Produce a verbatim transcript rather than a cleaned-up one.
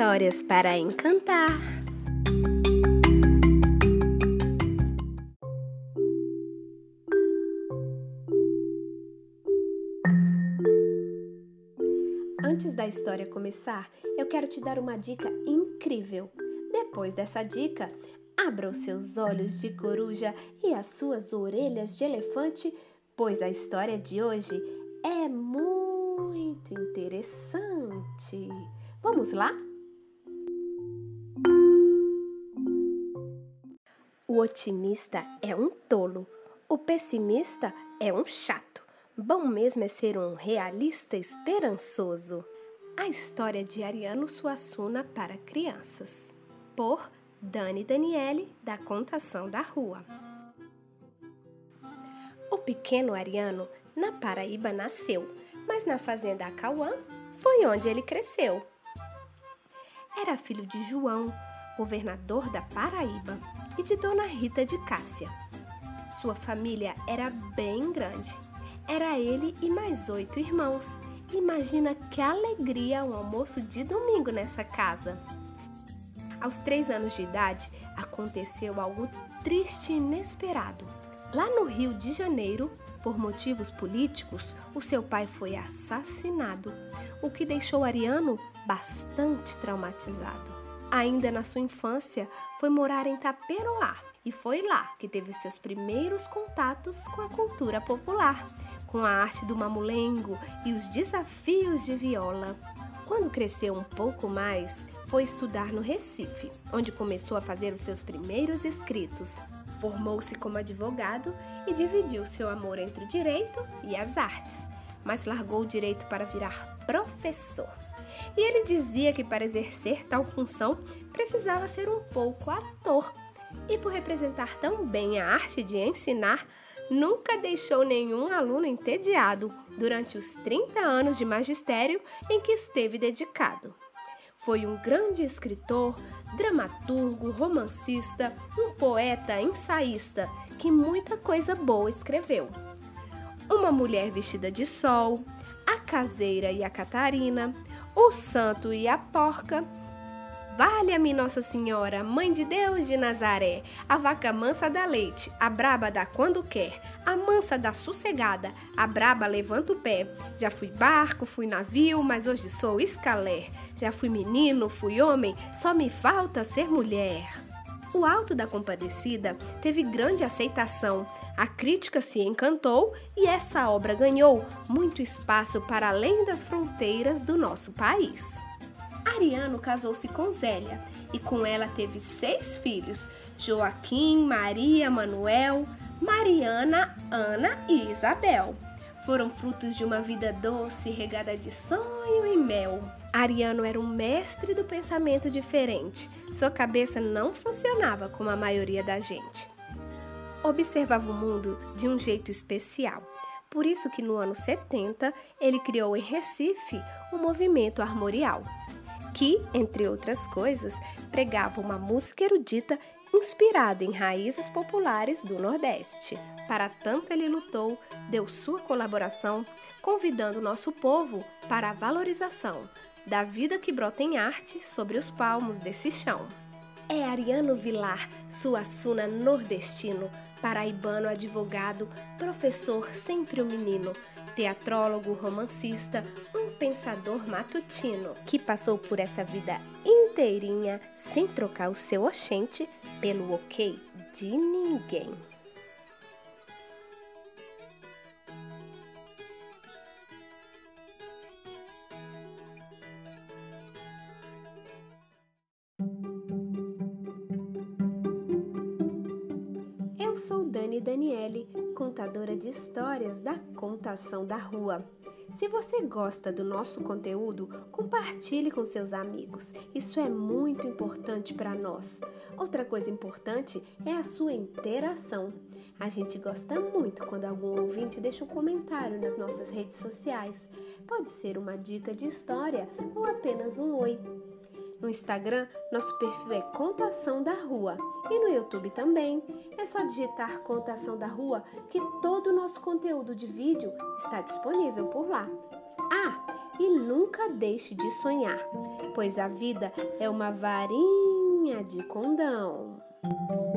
Histórias para encantar. Antes da história começar, eu quero te dar uma dica incrível. Depois dessa dica, abra os seus olhos de coruja e as suas orelhas de elefante, pois a história de hoje é muito interessante. Vamos lá? O otimista é um tolo, o pessimista é um chato. Bom mesmo é ser um realista esperançoso. A história de Ariano Suassuna para crianças, por Dani Daniele, da Contação da Rua. O pequeno Ariano, na Paraíba, nasceu, mas na fazenda Acauã foi onde ele cresceu. Era filho de João, governador da Paraíba, e de Dona Rita de Cássia. Sua família era bem grande. Era ele e mais oito irmãos. Imagina que alegria um almoço de domingo nessa casa. Aos três anos de idade, aconteceu algo triste e inesperado. Lá no Rio de Janeiro, por motivos políticos, o seu pai foi assassinado, o que deixou Ariano bastante traumatizado. Ainda na sua infância, foi morar em Taperoá e foi lá que teve seus primeiros contatos com a cultura popular, com a arte do mamulengo e os desafios de viola. Quando cresceu um pouco mais, foi estudar no Recife, onde começou a fazer os seus primeiros escritos. Formou-se como advogado e dividiu seu amor entre o direito e as artes, mas largou o direito para virar professor. E ele dizia que para exercer tal função precisava ser um pouco ator. E por representar tão bem a arte de ensinar, nunca deixou nenhum aluno entediado durante os trinta anos de magistério em que esteve dedicado. Foi um grande escritor, dramaturgo, romancista, um poeta, ensaísta, que muita coisa boa escreveu. Uma Mulher Vestida de Sol, A Caseira e a Catarina, O Santo e a Porca, Valha-me Nossa Senhora, Mãe de Deus de Nazaré, A Vaca Mansa dá leite, a braba dá quando quer, a mansa dá sossegada, a braba levanta o pé. Já fui barco, fui navio, mas hoje sou escalé. Já fui menino, fui homem, só me falta ser mulher. O Alto da Compadecida teve grande aceitação, a crítica se encantou e essa obra ganhou muito espaço para além das fronteiras do nosso país. Ariano casou-se com Zélia e com ela teve seis filhos: Joaquim, Maria, Manuel, Mariana, Ana e Isabel. Foram frutos de uma vida doce, regada de sonho e mel. Ariano era um mestre do pensamento diferente. Sua cabeça não funcionava como a maioria da gente. Observava o mundo de um jeito especial. Por isso que no ano setenta, ele criou em Recife o movimento armorial, que, entre outras coisas, pregava uma música erudita inspirada em raízes populares do Nordeste. Para tanto ele lutou, deu sua colaboração, convidando nosso povo para a valorização da vida que brota em arte sobre os palmos desse chão. É Ariano Vilar Suassuna nordestino, paraibano advogado, professor sempre um menino, teatrólogo, romancista, um pensador matutino, que passou por essa vida inteirinha sem trocar o seu oxente pelo ok de ninguém. Eu sou Dani Daniele, contadora de histórias da Contação da Rua. Se você gosta do nosso conteúdo, compartilhe com seus amigos. Isso é muito importante para nós. Outra coisa importante é a sua interação. A gente gosta muito quando algum ouvinte deixa um comentário nas nossas redes sociais. Pode ser uma dica de história ou apenas um oi. No Instagram, nosso perfil é Contação da Rua e no YouTube também. É só digitar Contação da Rua que todo o nosso conteúdo de vídeo está disponível por lá. Ah, e nunca deixe de sonhar, pois a vida é uma varinha de condão.